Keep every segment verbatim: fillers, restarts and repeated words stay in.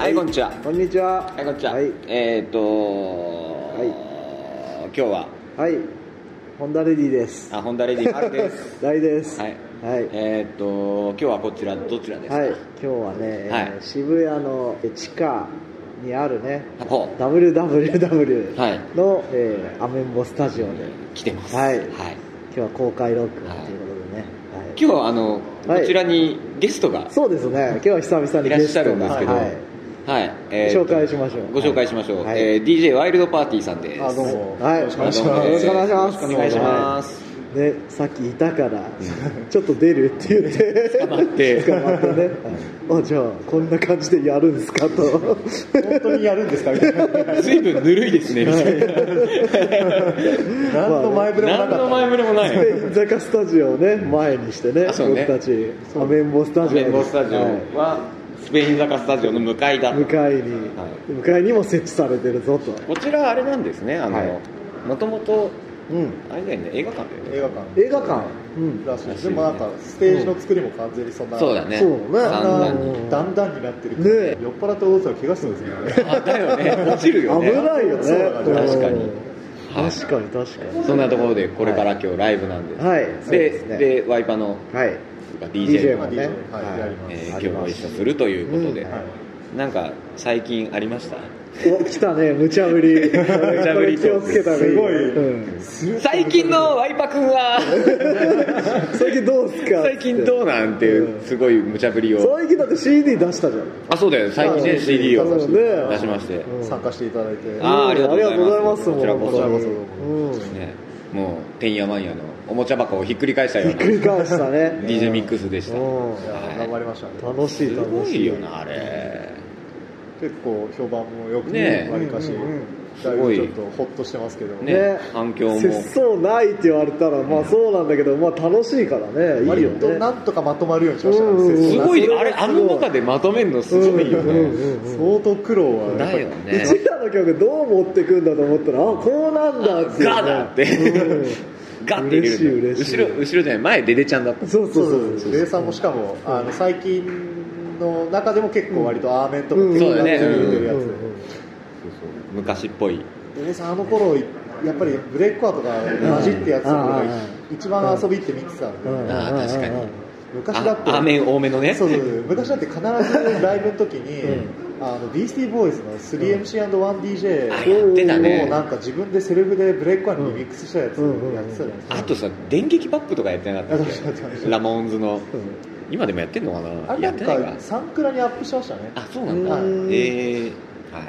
はい、こんにちは。 こんにちは。 はい、こんにちは。 はい、 えっ、ー、とはい、 今日ははい、ホンダレディです。 あ、ホンダレディマルです。 大です。 はい。 はい。 えっ、ー、と今日はこちらどちらですか。 はい。今日はね、 はい、 渋谷の地下にあるね、ダブリューダブリューダブリューはい、 の、えー、アメンボスタジオで来てます。 はい。 はい。 今日は公開録音ということでね。はい、 今日はあのこちらにゲストが、 そうですね。今日は久々にゲストがいらっしゃるんですけど。はい。はい、えー、 紹介しましょう。 ご紹介しましょう。はい、えー、ディージェー ワイルドパーティーさんです。 あ、どうも。はい。よろしくお願いします。 よろしくお願いします。お願いします。 ね、さっきいたから、うん、ちょっと出るって言って捕まって捕まってね、あ、じゃあこんな感じでやるんですかと本当にやるんですかみたいな随分ぬるいですねみたいな何の前触れもなかった、何の前触れもないスペイン坂スタジオをね前にしてね、僕たちアメンボスタジオ、 アメンボスタジオはスペイン坂スタジオの向かいだと、 向かいに、はい、向かいにも設置されてるぞと。 こちらあれなんですね、あの、もともとうん、あれだよね、映画館だよね。 映画館。 映画館。 うん。らしい。でもなんかステージの作りも完全にそんな。 そうだね。 そうね。 だんだんだんだんになってるから。ね。酔っ払って踊ったら怪我するんですよね。 あ、だよね。落ちるよね。 危ないよね。確かに。確かに確かに。 そんなところでこれから今日ライブなんです。 はい。 ででワイパのはいディージェーもね、はい今日ご一緒するということで、なんか最近ありました？ お、来たね、無茶ぶり。無茶ぶり気をつけたすごい、 うん、 最近のワイパ君は最近どうすか最近どうなんていうすごい無茶ぶりを。 最近だって シーディー 出したじゃん。 あ、そうだよ、最近ね シーディー を出しまして、 うん、参加していただいて、 あ、ありがとうございます。 こちらこそ、 うん、 ね、もうてんやわんやのおもちゃ箱をひっくり返したようなひっくり返したねディージェー ミックスでした。 頑張りましたね。 楽しい楽しい。 すごいよなあれ。 結構評判もよくね、わりかし、だいぶちょっとホッとしてますけどね、反響も節操ないって言われたらまあそうなんだけど、まあ楽しいからね、いいよね。 割となんとかまとまるようにしましたね。 すごい、あれあの中でまとめるのすごいよね。 相当苦労はだよね。 うちらの曲どう持ってくんだと思ったら、あ、こうなんだってガだってガって嬉しい嬉しい。 後ろ後ろじゃない、前デデちゃんだった。 そうそうそう。 デデさんもしかもあの最近の中でも結構割とアーメンとか結構やってるやつで、 昔っぽい。 デデさんあの頃やっぱりブレイクコアとか混じってやつが一番遊びって見てたんで、 ああ確かに。 昔だってアーメン多めのね。 そうそう、昔だって必ずライブの時に、あのビースティーボーイズの スリーエムシーアンドワンディージェー をなんか自分でセルフでブレイクコアにリミックスしたやつやってたじゃないですか。 あとさ、電撃バップとかやってなかったっけ？ラモーンズの。今でもやってんのかな。 あれなんかサンクラにアップしましたね。 あ、そうなんだ。ええ、はい。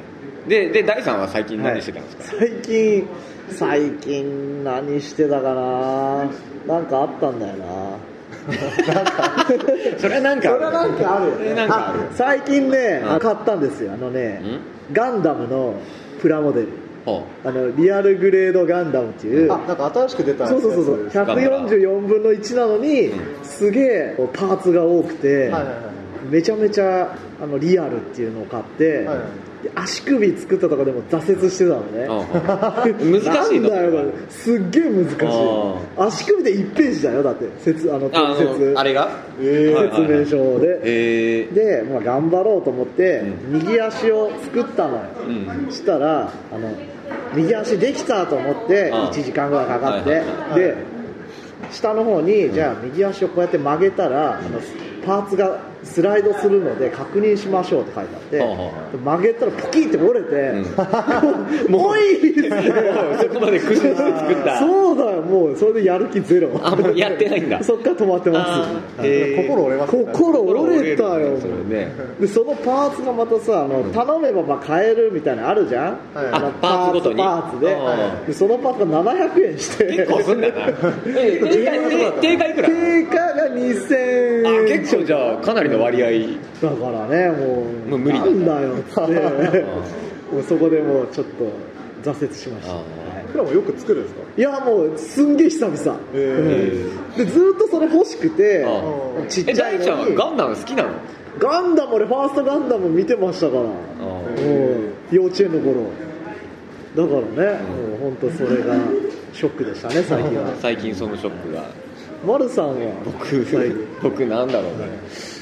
でで大さんは最近何してたんですか？ 最近最近何してたかな。なんかあったんだよな。 なんかそれはなんかそれはなんかあるよね。 なんかある。 最近ね、買ったんですよ。あのね、ガンダムのプラモデル。あのリアルグレードガンダムっていう、 あ、なんか新しく出たやつ。 そうそうそうそう、ひゃくよんじゅうよんぶんのいちなのにすげえパーツが多くて、めちゃめちゃあのリアルっていうのを買って、足首作ったとかでも挫折してたのね。 難しいの。 なんだよ、すっげえ難しい。足首でいちページだよ、だって説あの説あれが説明書で、 えー、 で、まあ、頑張ろうと思って、うん、右足を作ったのよ、うん、したらあの右足できたと思っていちじかんぐらいかかって、はいはいはい、で下の方に、うん、じゃあ右足をこうやって曲げたら、うん、あのパーツがスライドするので確認しましょうって書いてあって、うん、曲げたらポキって折れて、うん、もういいですねそこまで工夫して作ったそうだよ、もうそれでやる気ゼロ。 あ、もうやってないんだそっから止まってます。 えー、心折れましたね。 心折れたよ。 それ、ね、 でそのパーツがまたさ、あの頼めばまあ買えるみたいなのあるじゃん、はい、あのパーツごとにパーツで、はい、でそのパーツがななひゃくえんして結構すんだなえー、定価いくら？ 定価がにせんえん。 あ、結構じゃあかなりの割合だからね、もう、 もう無理だなんだよっつってもうそこでもうちょっと挫折しました。 プラモよく作るんですか？ いや、もうすんげえ久々、えー、でずっとそれ欲しくて、ちっちゃいのに。 え、大ちゃんはガンダム好きなの？ ガンダム、俺ファーストガンダム見てましたから、幼稚園の頃だからね、もう本当それがショックでしたね、最近は。 最近そのショックが。 丸さんは僕僕なんだろうね、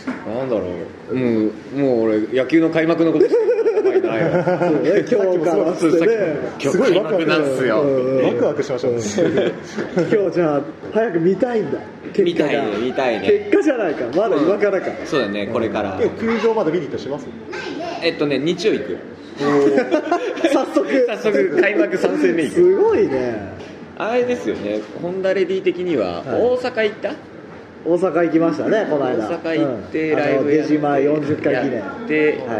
なんだろう、もうもう俺野球の開幕のことしか考えてないわ。 そうね、今日からっつってね、 今日開幕なんすよ。 ワクワクしましょう。 今日じゃあ早く見たいんだ。 見たいね、見たいね。 結果じゃないか、まだ今からか。 そうだね、これから。 球場まで見に行ったりします？ えっとね、日曜行く。 早速早速開幕さん戦目行く。 すごいね。 あれですよね、ホンダレディ的には大阪行った？ 大阪行きましたね、この間。 大阪行ってライブやって、 出島よんじゅっかい記念やって、 はい、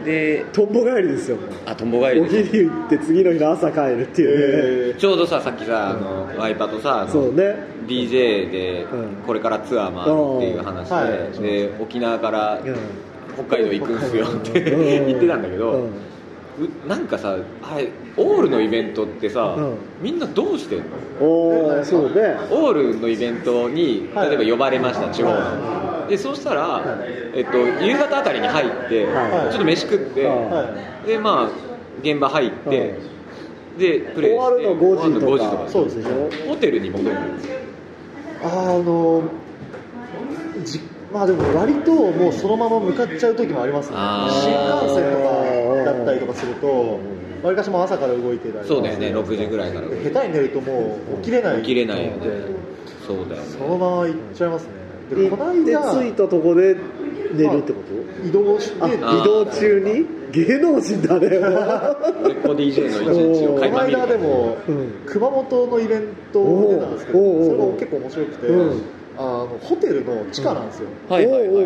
でとんぼ帰りですよ。 あ、とんぼ帰りお昼行って次の日の朝帰るっていうね。 ちょうどさ、さっきさ、あのワイパとさ、 そうね、 ディージェー でこれからツアー回るっていう話で、で沖縄から北海道行くんすよって言ってたんだけど、なんかさ、あれオールのイベントってさ、うん、みんなどうしてんの？ おそうね、 オールのイベントに例えば呼ばれました、はい、地方ので、そうしたら、はい、えっと、夕方あたりに入って、はい、ちょっと飯食って、はい、でまあ現場入って、はい、でプレイして終わるのごじとか、とかそうですね、ホテルに戻る。 あのじまあでも割ともうそのまま向かっちゃう時もありますね。新幹線とかだったりとかすると、わりかしも朝から動いてたり、 そうだよね、ろくじぐらいから下手に寝るともう起きれない、 起きれないよね。そうだよね、 そのまま行っちゃいますね。 でこの間着いたとこで寝るってこと？ まあ、移動して移動中に芸能人だね。 レコ ディージェー の一日を垣間見る。 この間でも、うん、熊本のイベントを出たんですけど、それも結構面白くて、うん、あのホテルの地下なんですよ、 うん、はいはいはい、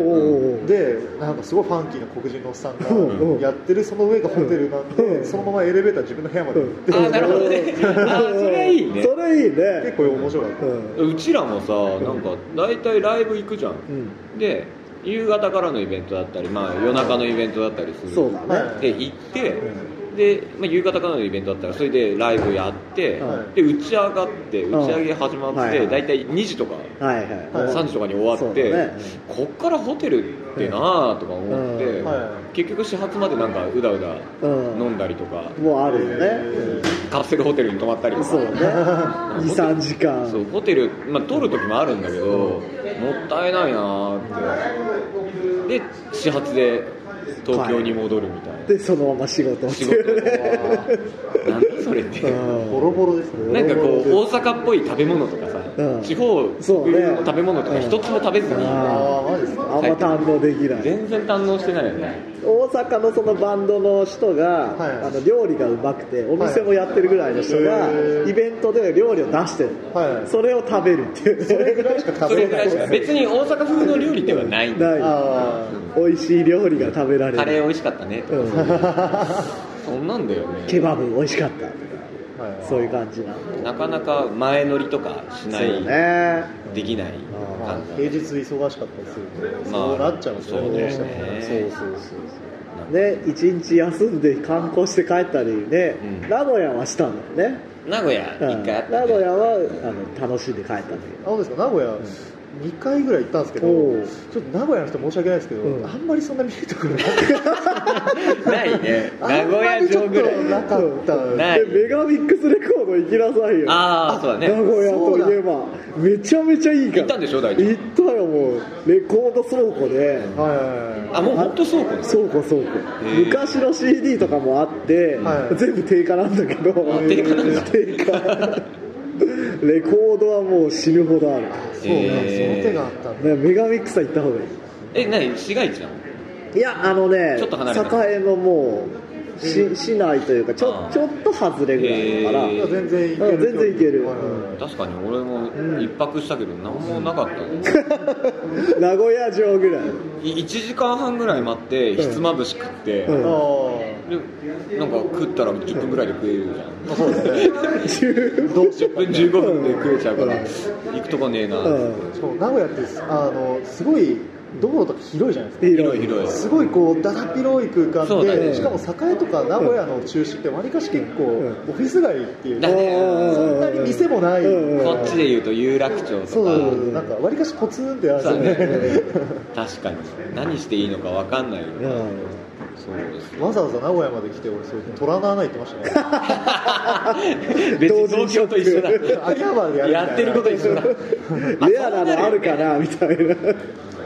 でなんかすごいファンキーな黒人のおっさんがやってる、その上がホテルなんで、うん、そのままエレベーター自分の部屋まで行って、 うん、あ、なるほどね。あ、それいいね、 それいいね、 結構面白かった、 うん、うちらもさ、なんか大体ライブ行くじゃん、うん、で夕方からのイベントだったり、まあ、夜中のイベントだったりする、 そうだね、 で行って、で、まあ、夕方からのイベントだったらそれでライブやって、はい、で打ち上がって打ち上げ始まって、はいはい、だいたいにじとか、はいはい、さんじとかに終わって、ね、こっからホテルってなぁとか思って、うんはい、結局始発までなんかうだうだ飲んだりとか、 うん、もうあるよね、 カプセルホテルに泊まったりとか、 そうね、にさんじかん、 そうホテル、まあ、取る時もあるんだけど、もったいないなぁって、で始発で東京に戻るみたいな、はい、 でそのまま仕事をしてるね。 なんだそれって、 ボロボロですね。 なんかこう大阪っぽい食べ物とかさ、うん、地方特有の食べ物とか一つも食べずに、うん、 あ, あんま堪能できない、 全然堪能してないよね。 大阪のそのバンドの人が、はい、あの料理がうまくてお店もやってるぐらいの人が、はい、イベントで料理を出してる、はい、それを食べるっていう、 それぐらいしか食べれない。 別に大阪風の料理ではないんだ。ないあ、美味しい料理が食べられる。 カレー美味しかったねとか、うん、そんなんだよね。 ケバブ美味しかったとか、はい、そういう感じな。 なかなか前乗りとかしない、ね、できない感じ。平日忙しかったりすると、まあ、そうなっちゃうんですよね。そうですね。そうそうそうで一日休んで観光して帰ったりね、うん、名古屋はしたんだよね。 名古屋一回あった、ね、 名古屋はあの楽しんで帰ったんだけど。 あ、そうですか。名古屋、うんにかいぐらい行ったんですけど、ちょっと名古屋の人申し訳ないですけど、うん、あんまりそんな見るところないね。名古屋城ぐらいなかったない。メガミックスレコード行きなさいよ。 ああ、そうだね。 名古屋といえばめちゃめちゃいいから。 行ったんでしょ、大体。 行ったよ、もうレコード倉庫で、はいはいはい、あ、もう本当倉庫です。 倉庫倉庫。昔の シーディー とかもあって、はい、全部定価なんだけど、 定価なんだ。 定価レコードはもう死ぬほどある。 そうなん、えー、その手があったんだ。 メガミックスは行った方がいい。 え、何、市街地なの？ いや、あのね、 ちょっと離れた栄のもう市、市内というかちょ、ちょっと外れぐらいだから、えー、 全然行ける。 全然行ける、 うん、確かに俺も一泊したけど何もなかったね、 うん、名古屋城ぐらいいちじかんはんぐらい待ってひつまぶし食って、うんうん、でなんか食ったらじゅっぷんぐらいで食えるじゃん、そうですねじゅっぷんじゅうごふんで食えちゃうから、うん、行くとこねえな、うん、 そう名古屋ってあのすごい道路とか広いじゃないですか。 広い広い。 すごいこうだだっ広い空間で、ね、しかも栄とか名古屋の中心ってわりかし結構オフィス街っていう、ね、そんなに店もない、 こっちでいうと有楽町とか、 そうなんかわりかしポツンってあるんですよね。 確かに何していいのかわかんないよね。そうです。 わざわざ名古屋まで来て俺それ虎の穴行ってましたね。 別に東京と一緒だ。 秋葉原でやるやってること一緒だ。 レアなのあるかなみたいな。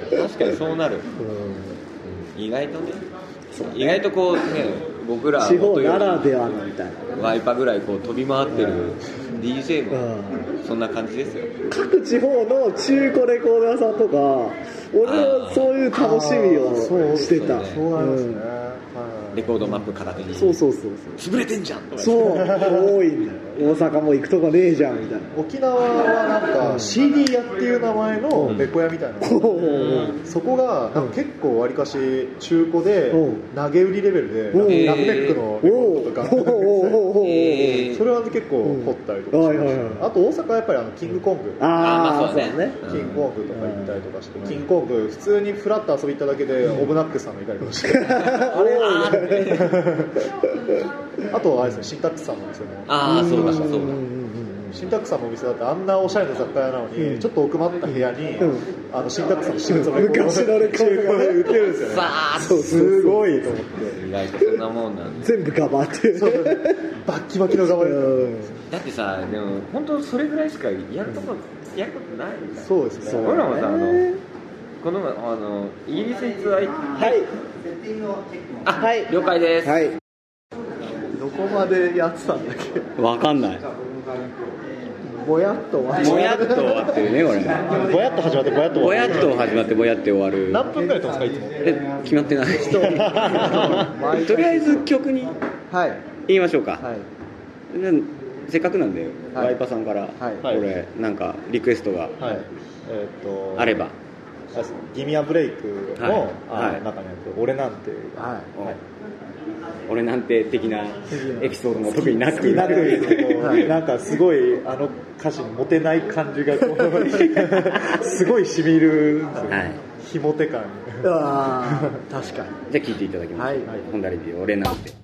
確かにそうなる、うん、意外とね意外とこうね僕ら地方ならではのみたいなワイパぐらいこう飛び回ってる ディージェー もそんな感じですよ。 各地方の中古レコード屋さんとか俺はそういう楽しみをしてた。 そうなんですね、 レコードマップ片手にそうそうそうそう潰れてんじゃんとかそう多いんだよ。大阪も行くとこねえじゃんみたいな。 沖縄はなんか シーディー 屋っていう名前のレコ屋みたいなのが、うん、そこがなんか結構わりかし中古で投げ売りレベルでラフネックのレコードとかそれは結構掘ったりとかしてました。あと大阪はやっぱりあのキングコング、 ああそうだね、 キングコングとか行ったりとかして、キングコング普通にフラッと遊び行っただけでオブナックスさんがいたりとかしてあれあとあれですね、シンタックスさんのお店もああそうだそうだシンタックスさんのお店だってあんなおしゃれな雑貨屋なのに、うん、ちょっと奥まった部屋に、うん、あのシンタックスさんの私物のレコード昔のレコードが売ってるんですよね。 さあすごいと思って、 意外とそんなもんなんで全部ガバってそうバッキバキのガバで、 だってさでも本当それぐらいしかやることやることないみたいな。 そうですね。 俺らもさあのこのあのイギリスにツアーはいあはい了解です。 はい。 どこまでやってたんだっけ。 わかんない。 ぼやっと終わる。 ぼやっと終わってるねこれ。 ぼやっと始まってぼやっと終わる。 ぼやっと始まってぼやって終わる。 何分くらいやってますかいつも。 え決まってない。とりあえず曲に言いましょうか。 はい。 せっかくなんで、 はい、 ワイパさんから、はい、これなんかリクエストが、はいえー、とあれば。 ギミアブレイクの、はい、中にある俺なんて、 はいはい、 俺なんて的なエピソードも特になくなくはい、なんかすごいあの歌詞にモテない感じがこうすごいしみるんですよ、はい、ひもて感にあ確かに。 じゃあ聴いていただきます、はい、ホンダレディ俺なんて。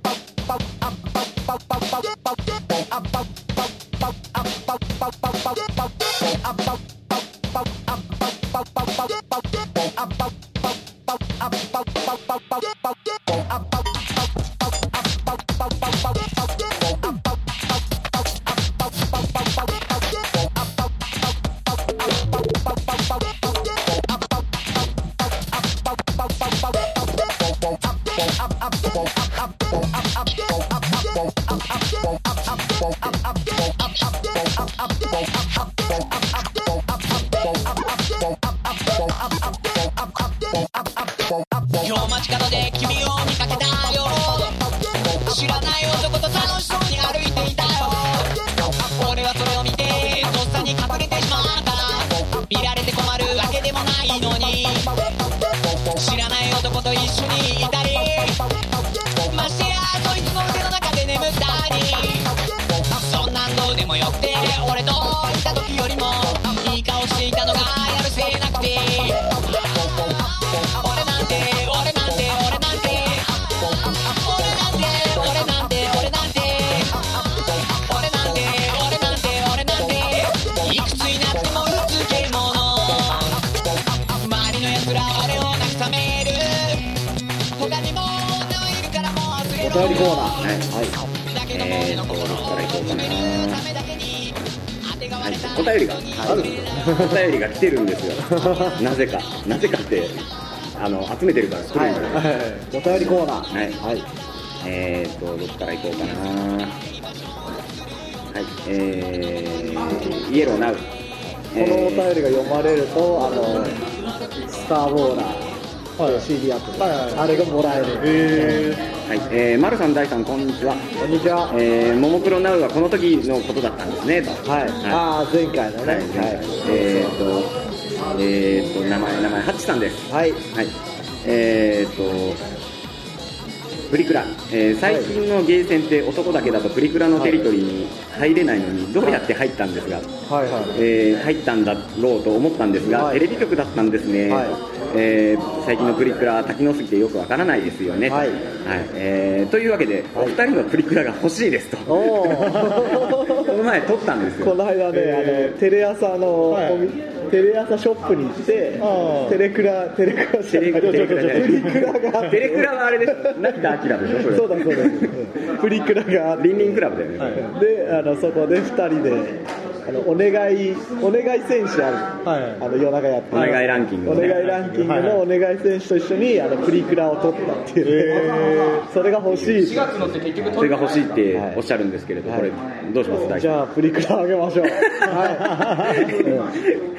今日街角で君を見かけたよ。知らない男と楽しそうに歩いていたよ。俺はそれを見てとっさに隠れてしまった。見られて困るわけでもないのに、知らない男と一緒にいたり、ましてやそいつの腕の中で眠ったり。そんなんどうでもよくて、俺といた時よりもいい顔していたのがやるせなくて、俺なんて俺なんて俺なんて俺なんて俺なんて俺なんて俺なんて俺なんて俺なんていくつになってもうつけ者。周りの奴ら俺を慰める。他にも女はいるからもう忘れろ。 お便りコーナー。 はいえーっとどこから行こうかな。 はい、お便りがあるんですよ。お便りが来てるんですよ。なぜかなぜかってあの集めてるから作るんですよ、はいはい、 お便りコーナー。 はい、はい、えーっとどこから行こうかな。はいえー、イエローナウ。このお便りが読まれるとあのスターウォーラー、はい、シーディー アップ、はいはい、あれがもらえる。 へーはいえー、丸さん大さんこんにちは。 こんにちは。 えー、ももクロナウはこの時のことだったんですねと。 はい、はい、ああ前回のね、はいはい、 えー、っとえー、っと名前名前ハッチさんです。 はい、 はい、えー、っとプリクラ、えー、最近のゲーセンって男だけだとプリクラのテリトリーに入れないのにどうやって入ったんですが、 はいはいえー、入ったんだろうと思ったんですが、はい、テレビ局だったんですね、はいえー、最近のプリクラ多機能すぎてよくわからないですよね、はいはいえー、というわけで、はい、お二人のプリクラが欲しいですとこの前撮ったんですよ。 この間ね、えー、あのテレ朝の、はいテレ朝ショップに行ってテレクラテレクラテレクラテレクラプリクラがテレクラはあれです成田明でしょそれ。 そうだそうだプリクラがリンリンクラブだよね、 はい、であのそこでふたりであのお願いお願い選手ある、はい、あの夜中やってお願いランキング、 お願いランキングのお願い選手と一緒にあのプリクラを取ったっていう、えー、それが欲しいしがつのって結局それが欲しいっておっしゃるんですけれど、はい、これどうします？ じゃあプリクラあげましょうはい、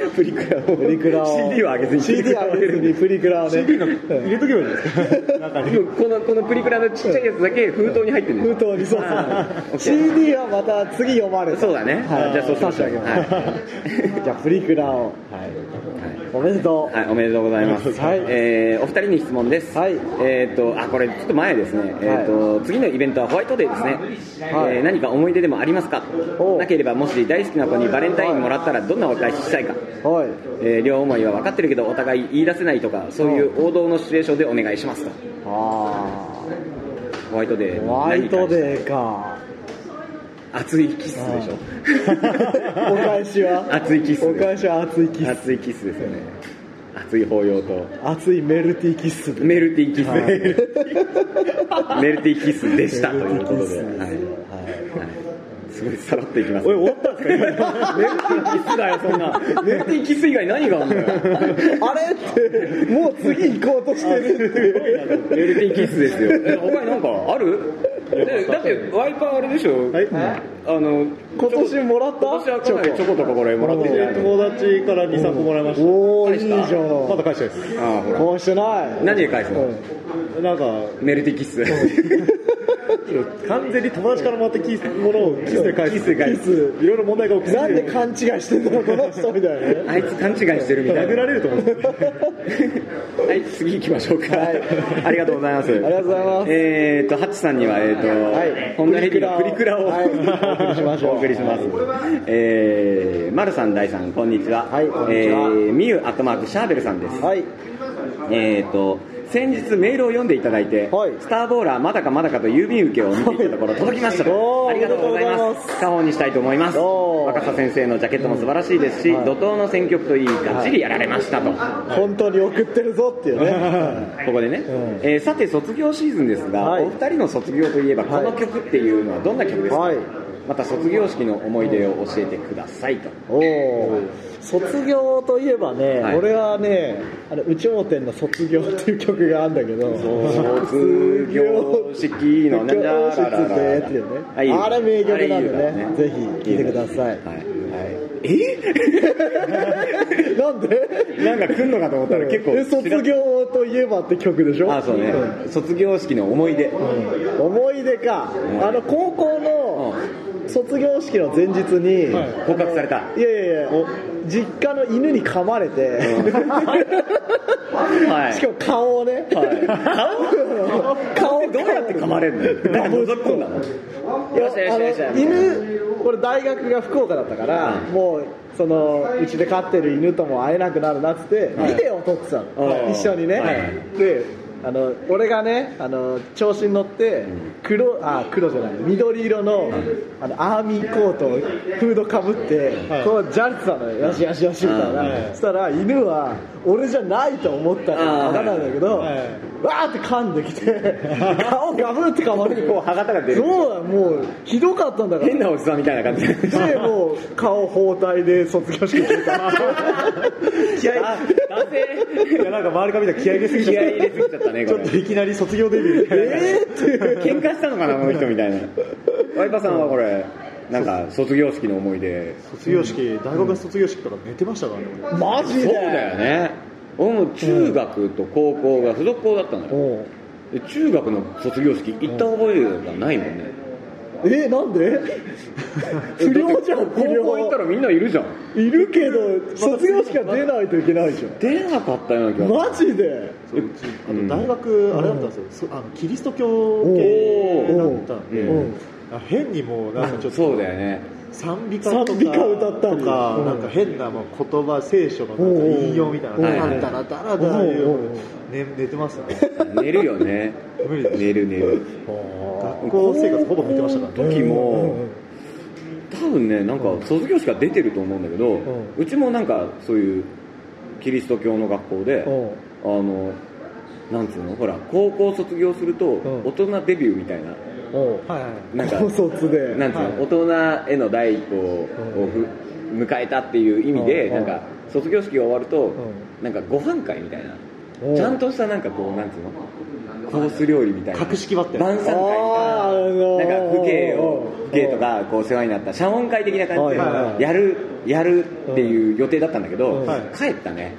プリクラをプリクラをシーディー はあげずにシーディー あげずにプリクラをねシーディー の入れとけばいいですか中にこのこのプリクラのちっちゃいやつだけ封筒に入ってるんです。 封筒にそうそう シーディー はまた次読まれた。 そうだね、はい、じゃあそうしましょう、 はい、じゃあプリクラを、はい、おめでとう、 はい、おめでとうございます、はいえー、お二人に質問です、 はいえー、とあこれちょっと前ですね、えーとはい、次のイベントはホワイトデーですね、はいえー、何か思い出でもありますか？なければもし大好きな子にバレンタインもらったらどんなお返ししたいか、はいえー、両思いは分かってるけどお互い言い出せないとかそういう王道のシチュエーションでお願いしますと。あホワイトデーホワイトデーか熱いキスでしょお返しは熱いキスお返しは熱いキス熱いキスですよね。熱い抱擁と熱いメルティーキスメルティーキス、はい、メルティーキスでしたということで、はいはいはい、すごいさらっていきます、ね、 おい終わったんですかメルティーキスだよそんなメルティーキス以外何があるんだよあれってもう次行こうとしてるっていうメルティーキスですよ。え他に何かある？だってワイパーあれでしょ、はい、あの今年もらった？ 今年はかなりチョコとかこれもらってる。 友達から にさんこもらいました。 おーいいじゃん。 まだ返してないです。 あほら返してない。 何で返すの？ うん、なんかメルティキス完全に友達からもらったキスものをキスで返す。 キスで返す。 いろいろ問題が起きてなんで勘違いしてんだろうこの人みたいなね。 あいつ勘違いしてるみたいな。 殴られると思う。 はい次行きましょうか。はい、ありがとうございます。ありがとうございます。 えーとハッチさんにはえーと、はい、ホンダレビのプリクラを、はい、お送りしましょう。お送りします。えー、マルさん大さんこんにちは。はいこんにちは。えー、ミユアットマークシャーベルさんです。はい。えーと先日メールを読んでいただいて、はい、スターボーラーまだかまだかと郵便受けを見ていたところ届きましたと、はい、ありがとうございます。家宝にしたいと思います。若狭先生のジャケットも素晴らしいですし、うん、怒涛の選曲といいがっちりやられましたと、 はい、本当に送ってるぞっていうねここでね、うんえー、さて卒業シーズンですが、はい、お二人の卒業といえばこの曲っていうのはどんな曲ですか？はい、また卒業式の思い出を教えてくださいと。 お卒業といえばね、はい、俺はねあの内モ店の卒業っていう曲があるんだけど卒業式のねっていうねあれ名曲なんでね、ねぜひ聴いてください。はいはい、 えなんでなんか来んのかと思ったら結構卒業といえばって曲でしょ。 あそうね、うん、卒業式の思い出、 うん、思い出か、うん、あの高校の卒業式の前日に告白された。 いやいやいや実家の犬に噛まれて、うんはい、しかも顔をね、はい、顔顔どうやって噛まれるの？なんか覗き込んだの？ いやあの犬これ大学が福岡だったから、うん、もうそのうちで飼ってる犬とも会えなくなるなっつってビデオを撮ってたの、はい、一緒にね、はい、であの俺がねあの調子に乗って黒あ黒じゃない緑色の、あのアーミーコートをフードかぶって、はい、こうじゃれてたのよ。よしよしよしみたいな、はい、そしたら犬は俺じゃないと思ったから歯なんだけど、はい、わーって噛んできて顔ガブって噛まれてこう歯型が出る。 そうだもうひどかったんだから変なおじさんみたいな感じでもう顔包帯で卒業式してた気合い男性いやなんか周りから見たら気合い入れすぎちゃった。 気合い入れすぎちゃったねこれ。 ちょっといきなり卒業デビューみたいな。 えーって喧嘩したのかなこの人みたいな。ワイパさんはこれなんか卒業式の思い出。 卒業式、大学の卒業式とか寝てましたからね、 うん、マジで。 そうだよね。俺も中学と高校が付属校だったんだよ、うん、で中学の卒業式行った覚えがないもんね。 えー、なんで不良じゃん。 高校行ったらみんないるじゃん。 いるけど卒業式は出ないといけないじゃん。 出なかったような気が。 マジで。 あと大学あれだったんですよ、うん、あのキリスト教系だったんで、うん、変にもなんかちょっとそうだよね賛美歌とか賛美歌歌ったりとか、うん、なんか変なもう言葉聖書のなんか引用みたいなのダラダラダラ言う寝てますね。 寝るよね。無理です。寝る寝る。 学校生活ほぼ寝てましたから。 時も多分ねなんか卒業式が出てると思うんだけど、うちもなんかそういうキリスト教の学校であのなんつうのほら高校卒業すると大人デビューみたいな。なんか高卒でなんつうの、はい、大人への第一歩をふ迎えたっていう意味でなんか卒業式が終わるとなんかご飯会みたいなちゃんとしたなんかこうなんつうのコース料理みたいな格式ばって晩餐会みたいななんか父兄を父兄とかこう世話になった謝恩会的な感じでやるやるっていう予定だったんだけど帰ったね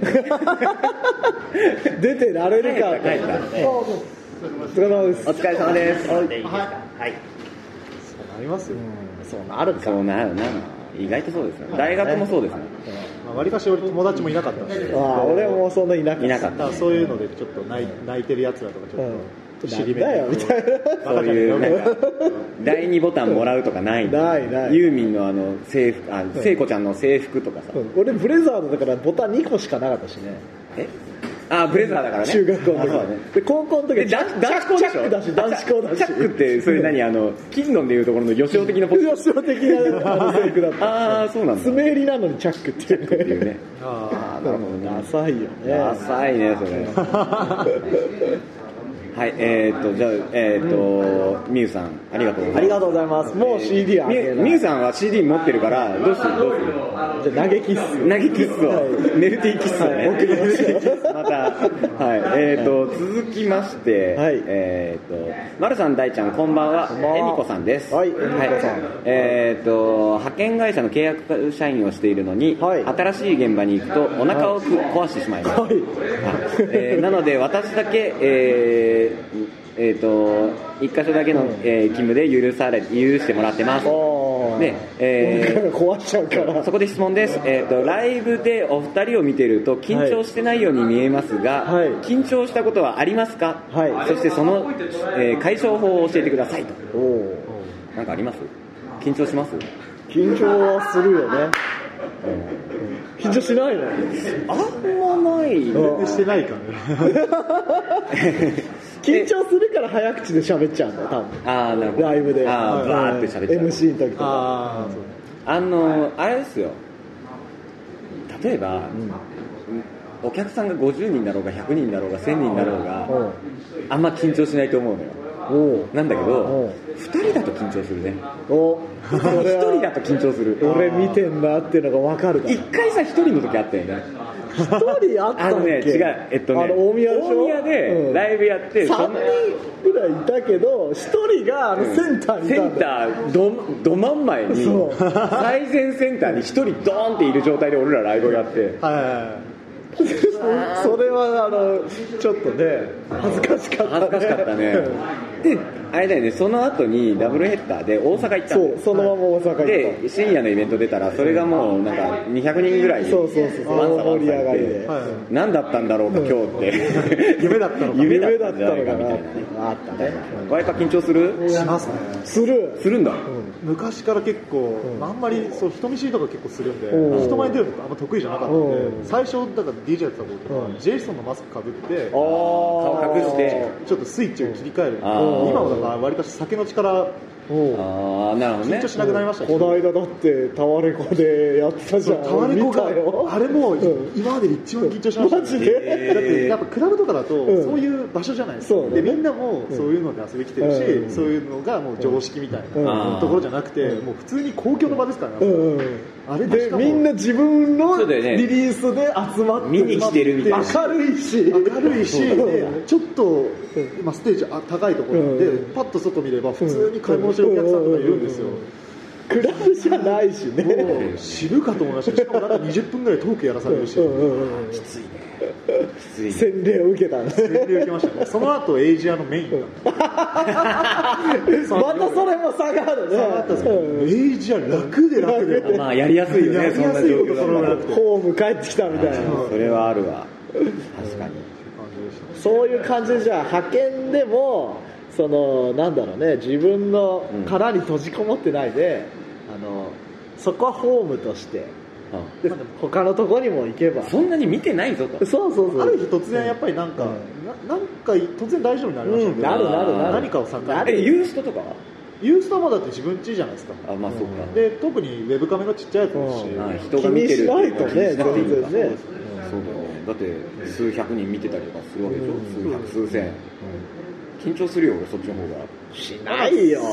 出てられるか帰ったお疲れ様ですお疲れ様ですはいはいそうなりますよそうなるかそうなるな意外とそうですよ大学もそうですねわりかし俺友達もいなかったしあ俺もそんないなかったいなかっただからそういうのでちょっと泣い泣いてるやつらとかちょっと尻目だよみたいなそういうなんかだいにボタンもらうとかないないないユーミンのあの制服あ聖子ちゃんの制服とかさ俺ブレザードだからボタンにこしかなかったしねえあブレザーだからね中学校の時そうだねで高校の時男子校でしょチャックだし男子校だしチャックってそれ何あの金のでいうところの予想的なポジション予想的な制服だったああそうなんだ爪襟なのにチャックっていうねっていうねああなるほどねダサいよねダサいねそれはいえー、っとじゃあえー、っとみゆさんありがとうございますありがとうございますもう シーディー あげないみゆさんは シーディー 持ってるからどうするどうするじゃあ投げキッス投げキッスをメルティーキッスをね、はい、また、はいえー、と続きまして、 はいえー、と丸さん大ちゃんこんばんはえみこさんですはいえみこさん、 はいえー、と派遣会社の契約社員をしているのに、はい、新しい現場に行くとお腹を壊してしまいます、はいえー、なので私だけ、えーえー、と一箇所だけの、えー、勤務で許され許してもらってますで、えー、 壊しちゃうからそこで質問です、えー、とライブでお二人を見てると緊張してないように見えますが、はい、緊張したことはありますか、はい、そしてその、えー、解消法を教えてくださいとおなんかあります緊張します緊張はするよね、うん、緊張しないのあんまない全してないからね緊張するから早口で喋っちゃうんだよ多分あなるほどライブであバーって喋っちゃうエムシー の時とかああのあれですよ例えば、うん、お客さんがごじゅうにんだろうがひゃくにんだろうがせんにんだろうがあんま緊張しないと思うのよなんだけどふたりだと緊張するねおひとりだと緊張する俺見てんなっていうのが分かるから一回さひとりの時あったよね一人あったっけあのね違うえっとねあの大宮でしょ大宮でライブやって、うん、 さんにんぐらいいたけどひとりがあのセンターにいたんだ、 うん、センターどど真ん前に最前センターにひとりドーンっている状態で俺らライブをやってはいはいはいそれはあのちょっとね恥ずかしかったね恥ずかしかったねであれだよねその後にダブルヘッダーで大阪行ったんだよそうそのまま大阪行ったで深夜のイベント出たらそれがもうなんかにひゃくにんぐらいそうそうそうワンサワン盛り上がりで何だったんだろうか今日って夢だったのか夢だったんじゃないかみたいなねあったねワイパー緊張するしますねするするんだ、 うん、昔から結構、うん、あんまりそう人見知りとか結構するんで、 うん、 人前に出るのあんま得意じゃなかったんで、うん、最初だから ディージェー やってた頃とか、うん、ジェイソンのマスクかぶって顔隠してちょっとスイッチを切り替える今もだからわりかし酒の力あなるほどね緊張しなくなりましたこの間だってタワレコでやってたじゃんタワレコがあれも今までで一番緊張しました、ね、 マジでだってやっぱクラブとかだとそういう場所じゃないですか、うん、でみんなもそういうので遊びに来てるし、うん、そういうのがもう常識みたいなところじゃなくて、うん、もう普通に公共の場ですからね、うんうん、あれでみんな自分のリリースで集まって見に来てるみたいな明るいし明るいしでちょっと、まあ、ステージ高いところで、うん、パッと外見れば普通に買い物してるお客さんとかいるんですよ、 クラブじゃないしね知るかと思いましたしかもなんかにじゅっぷんぐらいトークやらされるし、うんうんうん、 きついねきついね洗礼を受けたんです洗礼を受けましたねその後エイジアのメインまたそれも差があるね差があったんですけど、うん、エイジア楽で楽でまあやりやすいよねやりやすいことそれはなくてホーム帰ってきたみたいなそれはあるわ確かにそういう感じでじゃあ派遣でもそのなんだろうね自分の殻に閉じこもってないで、うん、あのそこはホームとしてで他のところにも行けばそんなに見てないぞとそうそうそうある日突然やっぱりなんか、うん、ななんか突然大丈夫になりましたね、うん、 なるなるなる何かを境にえユーストとかはユーストはまだって自分家じゃないですかあまあそうかで特にウェブカメがちっちゃいやつですし、 うん、人が見てる気にしないとね全然ねそうだねだって数百人見てたりとかするわけでしょ、うん、数百数千、うん、緊張するよ俺そっちの方がしないよ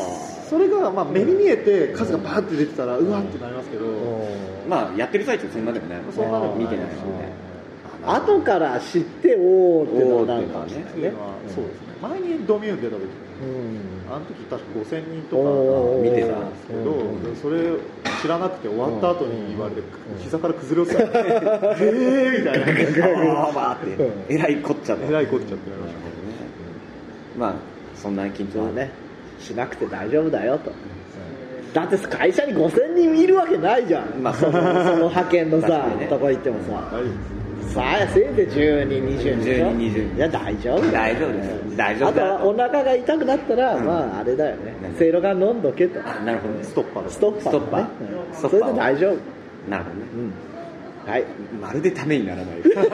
それがまあ目に見えて数がバーって出てたらうわってなりますけど、 まあやってる最中そんなでもないそんなでも見てないしね。 後から知っておーってのなんかね。 そうですね。前にドミューン出た時、あの時確かごせんにんとか見てたんですけど、それ知らなくて終わった後に言われて膝から崩れ落ちた。へーみたいな。 あーバーってえらいこっちゃった。 えらいこっちゃってなりました。 まあそんな緊張はねしなくて大丈夫だよと。だって会社にごせんにんいるわけないじゃん。まあその派遣のさとこ行ってもさ。さあせいぜいじゅうにんにじゅうにんでしょ。 にじゅうにんいや大丈夫大丈夫です大丈夫。 あとはお腹が痛くなったら、まああれだよね。せいろがん飲んどけと。 なるほどね。 ストッパーストッパー。 ストッパー。 それで大丈夫。 なるほどね。 はい。 まるでためにならない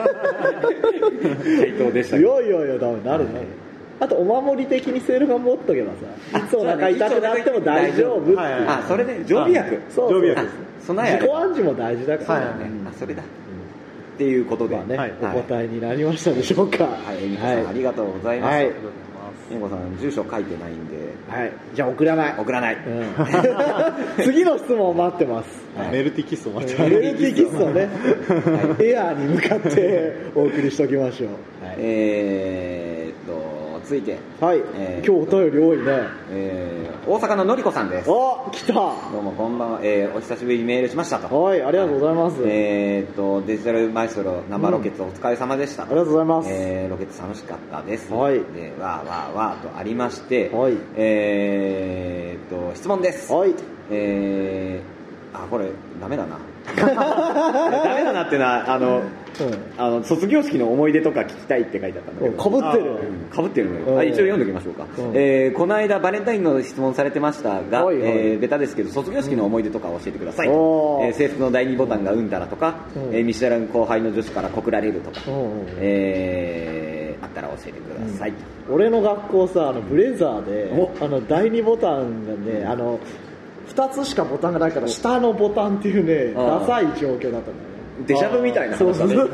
回答でしたけど。いやいやいやダメなるね。あとお守り的にセールガン持っとけばさ、いつお腹痛くなっても大丈夫。 あ、それで常備薬。 そう常備薬です。 備え自己暗示も大事だからね。 あ、それだ。っていうことでね、お答えになりましたでしょうか。 はい、えみこさんありがとうございます。えみこさん住所書いてないんで、 はい、じゃあ送らない。 送らない。 次の質問を待ってます。 メルティキスを待ってます。 メルティキスをね、エアーに向かってお送りしておきましょう。 えーっと続いて、 はい、えー、今日お便り多いね、 えー、大阪ののりこさんです。 お来た。 どうもこんばんは、えー、お久しぶりにメールしましたと。 はい、ありがとうございます。 えー、っとデジタルマイストロ生ロケッツお疲れ様でした、うん、 ありがとうございます。 えー、ロケッツ楽しかったです。 はい。 でわーわーわーとありまして、 はい。 えー、っと質問です。 はい。 えー、あこれダメだな。ダメだなっていうのはあの。うん、あの卒業式の思い出とか聞きたいって書いてあったんだけど、 かぶってるかぶってるのよ、うん、あ一応読んでおきましょうか、うんえー、この間バレンタインの質問されてましたが、はいはいえー、ベタですけど卒業式の思い出とか教えてください、うんえー、制服の第二ボタンがうんたらとか、うんえー、見知らぬ後輩の女子から告られるとか、うんえー、あったら教えてください、 うん、俺の学校さあのブレザーで、うん、あの第二ボタンがねあのふたつしかボタンがないから下のボタンっていうねダサい状況だったんだよね。 デジャブみたいな話だね。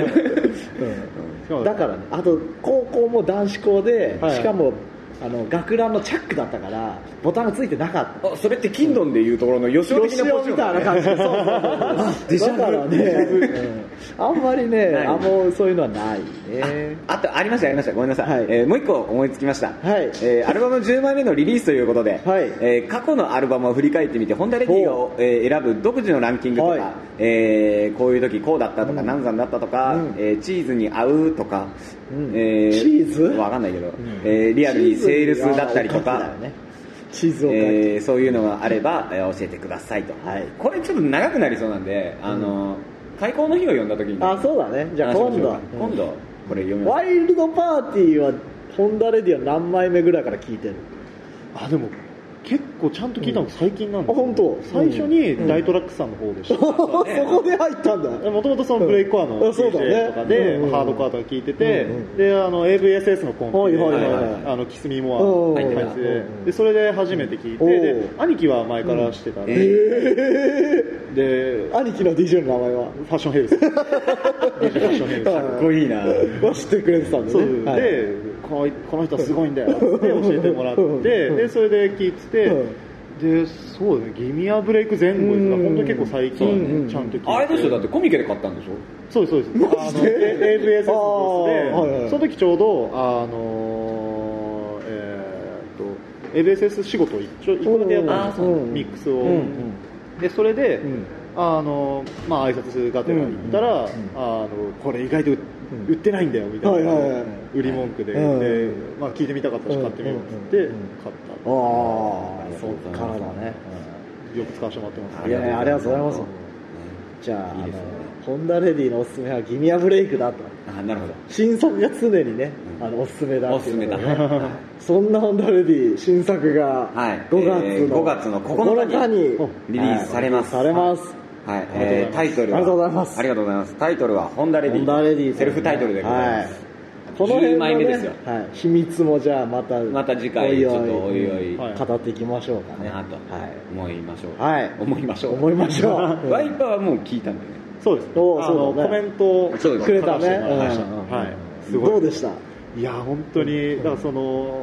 だからね、あと高校も男子校で、はい、しかもあの学ランのチャックだったからボタンがついてなかった。 あそれってキンドンでいうところのヨシオ的なポジションみたいな感じで。そうそうそうだからね、うん、あんまりねあもうそういうのはないね。 あとありましたありましたごめんなさい、はいえー、もう一個思いつきました、 はいえー、アルバムじゅうまいめのリリースということで、 はいえー、過去のアルバムを振り返ってみてホンダレディを、えー、選ぶ独自のランキングとか、はいえー、こういう時こうだったとか、うん、難産だったとか、うんえー、チーズに合うとか、 うんえー、 チーズわかんないけど、うんえー、リアルにセールスだったりとか、 チーズを、 えー、そういうのがあれば、えー、教えてくださいと、はい、これちょっと長くなりそうなんで、あのー、開校の日を読んだ時に、 あそうだねじゃあ今度今度これ読みます。 ワイルドパーティーはホンダレディは何枚目ぐらいから聞いてる？ あでも結構ちゃんと聞いたの最近なんですよ、 うん、あ本当最初に大トラックさんの方でした、うんうん、そこで入ったんだ。 もともとそのブレイクコアの ディージェー とかで、 うんね、 ハードコアとか聞いてて、うんうん、であの エーブイエスエス のコンピで、はいはいはい、あのキスミモア入ってて、でそれで初めて聞いて、で兄貴は前から知ってたんで、うんえー、で兄貴の ディージェー の名前はファッションヘルスファッションヘルスかっこいいなは知ってくれてたんで、ね、 そうで、はい、このこの人はすごいんだよって教えてもらってでそれで聞いてて、でそうね、ギミアブレイク前後ですが本当に結構最近ちゃんと聞いて、 あれですよだってコミケで買ったんでしょ。 そうですそうです。あの エーブイエスエス のブースで、はいはい、その時ちょうどあのえー、っと エーブイエスエス 仕事を一応一個だけやったんですよ、ミックスを、うんうん、でそれで、うん、あのまあ挨拶がてら行ったら、うんうん、あのこれ意外と売ってないんだよみたいな売り文句で、うんでまあ、聞いてみたかったし買ってみようって言って買った。 ああそっからだね、 うん、よく使わせてもらってます。 いやいやありがとうございます。じゃあ、いいですね、あのホンダレディのおすすめはギミアブレイクだと。 あなるほど。 新作が常にね、うん、あのおすすめだっていうの、ね、 おすすめだそんなホンダレディ新作がごがつの、 はいえー、ごがつのここのかにリリースされます。 されます。 はいえー、タイトルはありがとうございます。 ありがとうございます。タイトルはホンダレディ。 ホンダレディセルフタイトルでございます。はいこの辺の、ね、 じゅうまいめですよ、 はい、秘密もじゃあまたまた次回ちょっとおいおい語っていきましょうかね、 なと思いましょう。 はい、 思いましょう。 思いましょう。 ワイパーはもう聞いたんだよね。 そうです。おそうだね、コメントをくれたね。 はい。 すごい。どうでした？ いや本当にだからその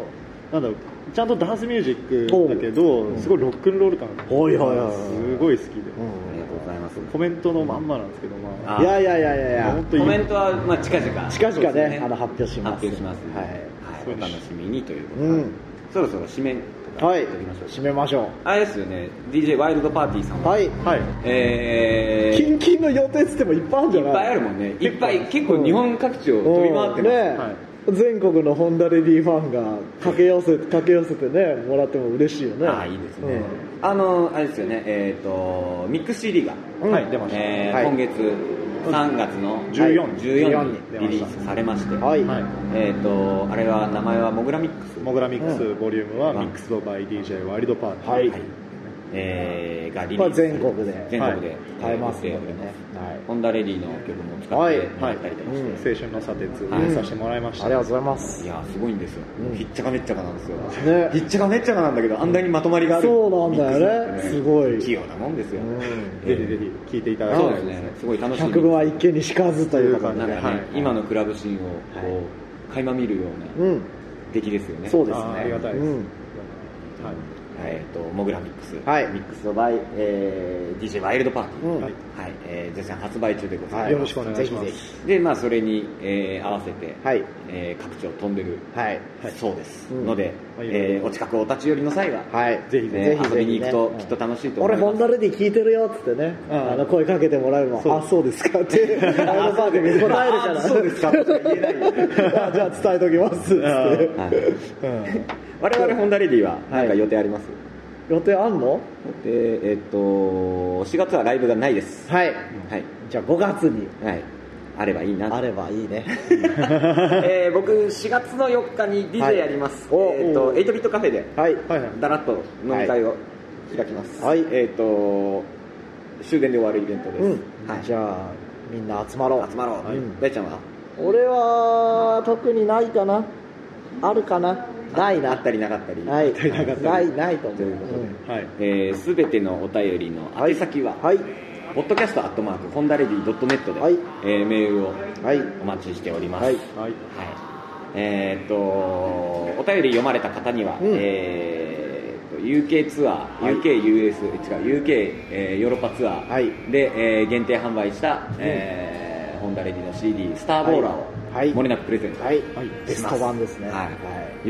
なんだろうちゃんとダンスミュージックだけどすごいロックンロール感がすごい好きで、うん、ありがとうございます。 コメントのまんまなんですけど、まあ、いやいやいやいやいやコメントはまあ近々 近々ね、ねあの発表します発表します、 はい、 はい、お楽しみにということで、うん、そろそろ締めはい締めましょう。 あれですよね ディージェー ワイルドパーティーさんははいはいえー、 キンキンの予定つってもいっぱいあるんじゃない？ いっぱいあるもんね。いっぱい結構日本各地を飛び回ってます、ね、はい、 全国のホンダレディファンが駆け寄せ駆け寄せてねもらっても嬉しいよね。 ああいいですね、うん、あのあれですよねえっ、ー、とミックス シーディー が、 うん、はい出ました、 えーはい、 今月さんがつのじゅうよっかにリリースされまして、 はいえー、とあれは名前はモグラミックスモグラミックス、うん、ボリュームはミックスドバイ ディージェー ワイルドパーティー、はいはいえー、がリリース全国で全国で買えますのでね、 ホンダレディの曲も使ってもらったりとかして、 青春の砂鉄見させてもらいました、 ありがとうございます。 いやすごいんですよ、ひっちゃかめっちゃかなんですよ、ね、ひっちゃかめっちゃかなんだけどあんなにまとまりがある、 そうなんだよね、すごい器用なもんですよ、 ぜひぜひ聴いていただきたいですね。 すごい楽しみ、 百聞は一見にしかずというかなんかね、今のクラブシーンをこう垣間見るような出来ですよね。 そうですね、 ありがたいです、はいえー、とモグラミックス、 はい、 ミックスドバイ、えー、ディージェー ワイルドパーティー、うんはいえー、絶賛発売中でございます、はい、 よろしくお願いします。 ぜひぜひで、まあ、それに、えー、合わせて、 はいえー、各地を飛んでる、 はいそうです、 うん、 ので、えー、お近くお立ち寄りの際は、 はい、 ぜひぜひ遊びに行くと、ね、きっと楽しいと思います。 俺ホンダレディ聞いてるよっつってね、うん、あの声かけてもらえるの、あそうですかってワイルドパーティーに答えるからそうですかって言えないよあじゃあ伝えときますっつって、はいうん、我々ホンダレディは何か予定あります？ 予定あんの？ でえっとしがつはライブがないです。 はい、 はい、 じゃあごがつに、 はい、あればいいな。 あればいいね、 えー、僕しがつのよっかに ディージェー やります、はい、えー、とエイトビットカフェで、 はい、 だらっと飲み会を開きます、 はい、 えー、と終電で終わるイベントです、うんはい、じゃあみんな集まろう集まろう、はい、大ちゃんは？ 俺は特にないかな。あるかな。ないな。 あったりなかったり。 ない。ないないと思う。 ということで、はい、えー、すべてのお便りの宛先は、 はい、 ポッドキャストアットマークホンダレディドットネットで、はい、えー、メールをお待ちしております。はい。はい。えー、っとお便り読まれた方には、うん、えー、ユーケー ツアー、はい、ユーケーユーエス 違う ユーケー、えー、ヨーロッパツアー、はい、で、えー、限定販売した、うん、えー、ホンダレディの シーディー スターボーラーを、はい、漏れなくプレゼント、 はいはい、ベスト版ですね、はいはい、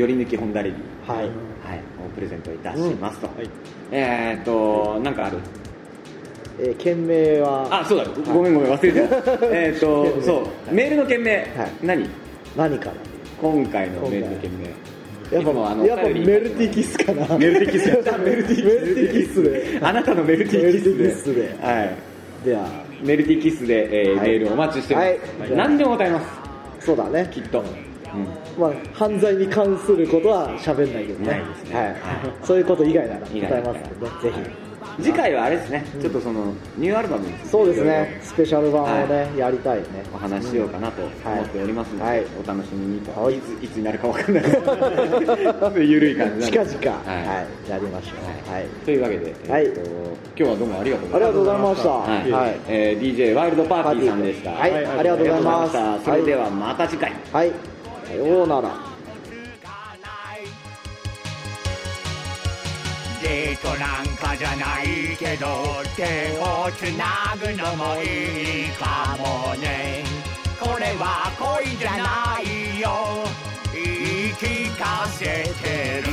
より抜きホンダレディ、はいはい、をプレゼントいたしますと、うんはい、えー、っとなんかある？ えー、件名はあそうだ、はい、ごめんごめん忘れてたえっとそう、はい、メールの件名、はい、何何かな今回のメールの件名やっぱあのやっぱメルティキスかな。 メルティキスやったメルティキスであなたのメルティキスではい。ではメルティキスで、えーはい、メールお待ちしてます、はい、何でも答えます。 そうだねきっと、うん、 まあ犯罪に関することは喋んないけどね。 ないですね、はいはい、 そういうこと以外なら答えますので、ね、ぜひ次回はあれですね、うん、ちょっとそのニューアルバムについてそうですねスペシャル版をね、はい、やりたいねお話ししようかなと思っておりますので、はい、お楽しみにと、 はい、 いついつになるか分かんないゆるい感じ近々、はいはい、やりましょう、はいはい、 というわけで、 はいえー、と今日はどうもありがとうございました。 はいはい、えー、ディージェー ワイルドパーティーさんでした。 はい、はい、ありがとうございました。 それではまた次回。 はい、さようなら。 デートなんかじゃないけど手をつなぐのもいいかもね。これは恋じゃないよ言い聞かせてる。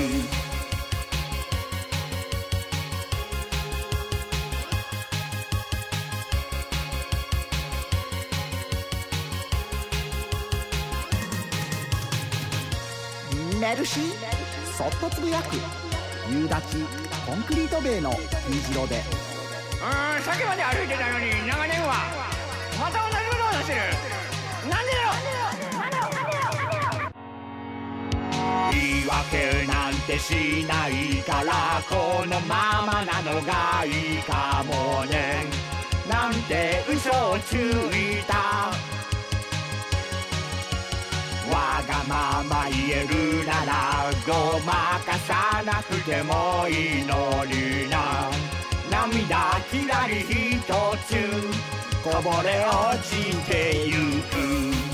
メルシーそっとつぶやく夕立コンクリート塀の虹色で。 うーんさっきまで歩いてたのに長年はまた同じことをしてる。なんでだろう。言い訳なんてしないからこのままなのがいいかもね。なんて嘘をついた。わがまま言えるならごまかさなくてもいいのにな。涙きらりひとつこぼれ落ちてゆく。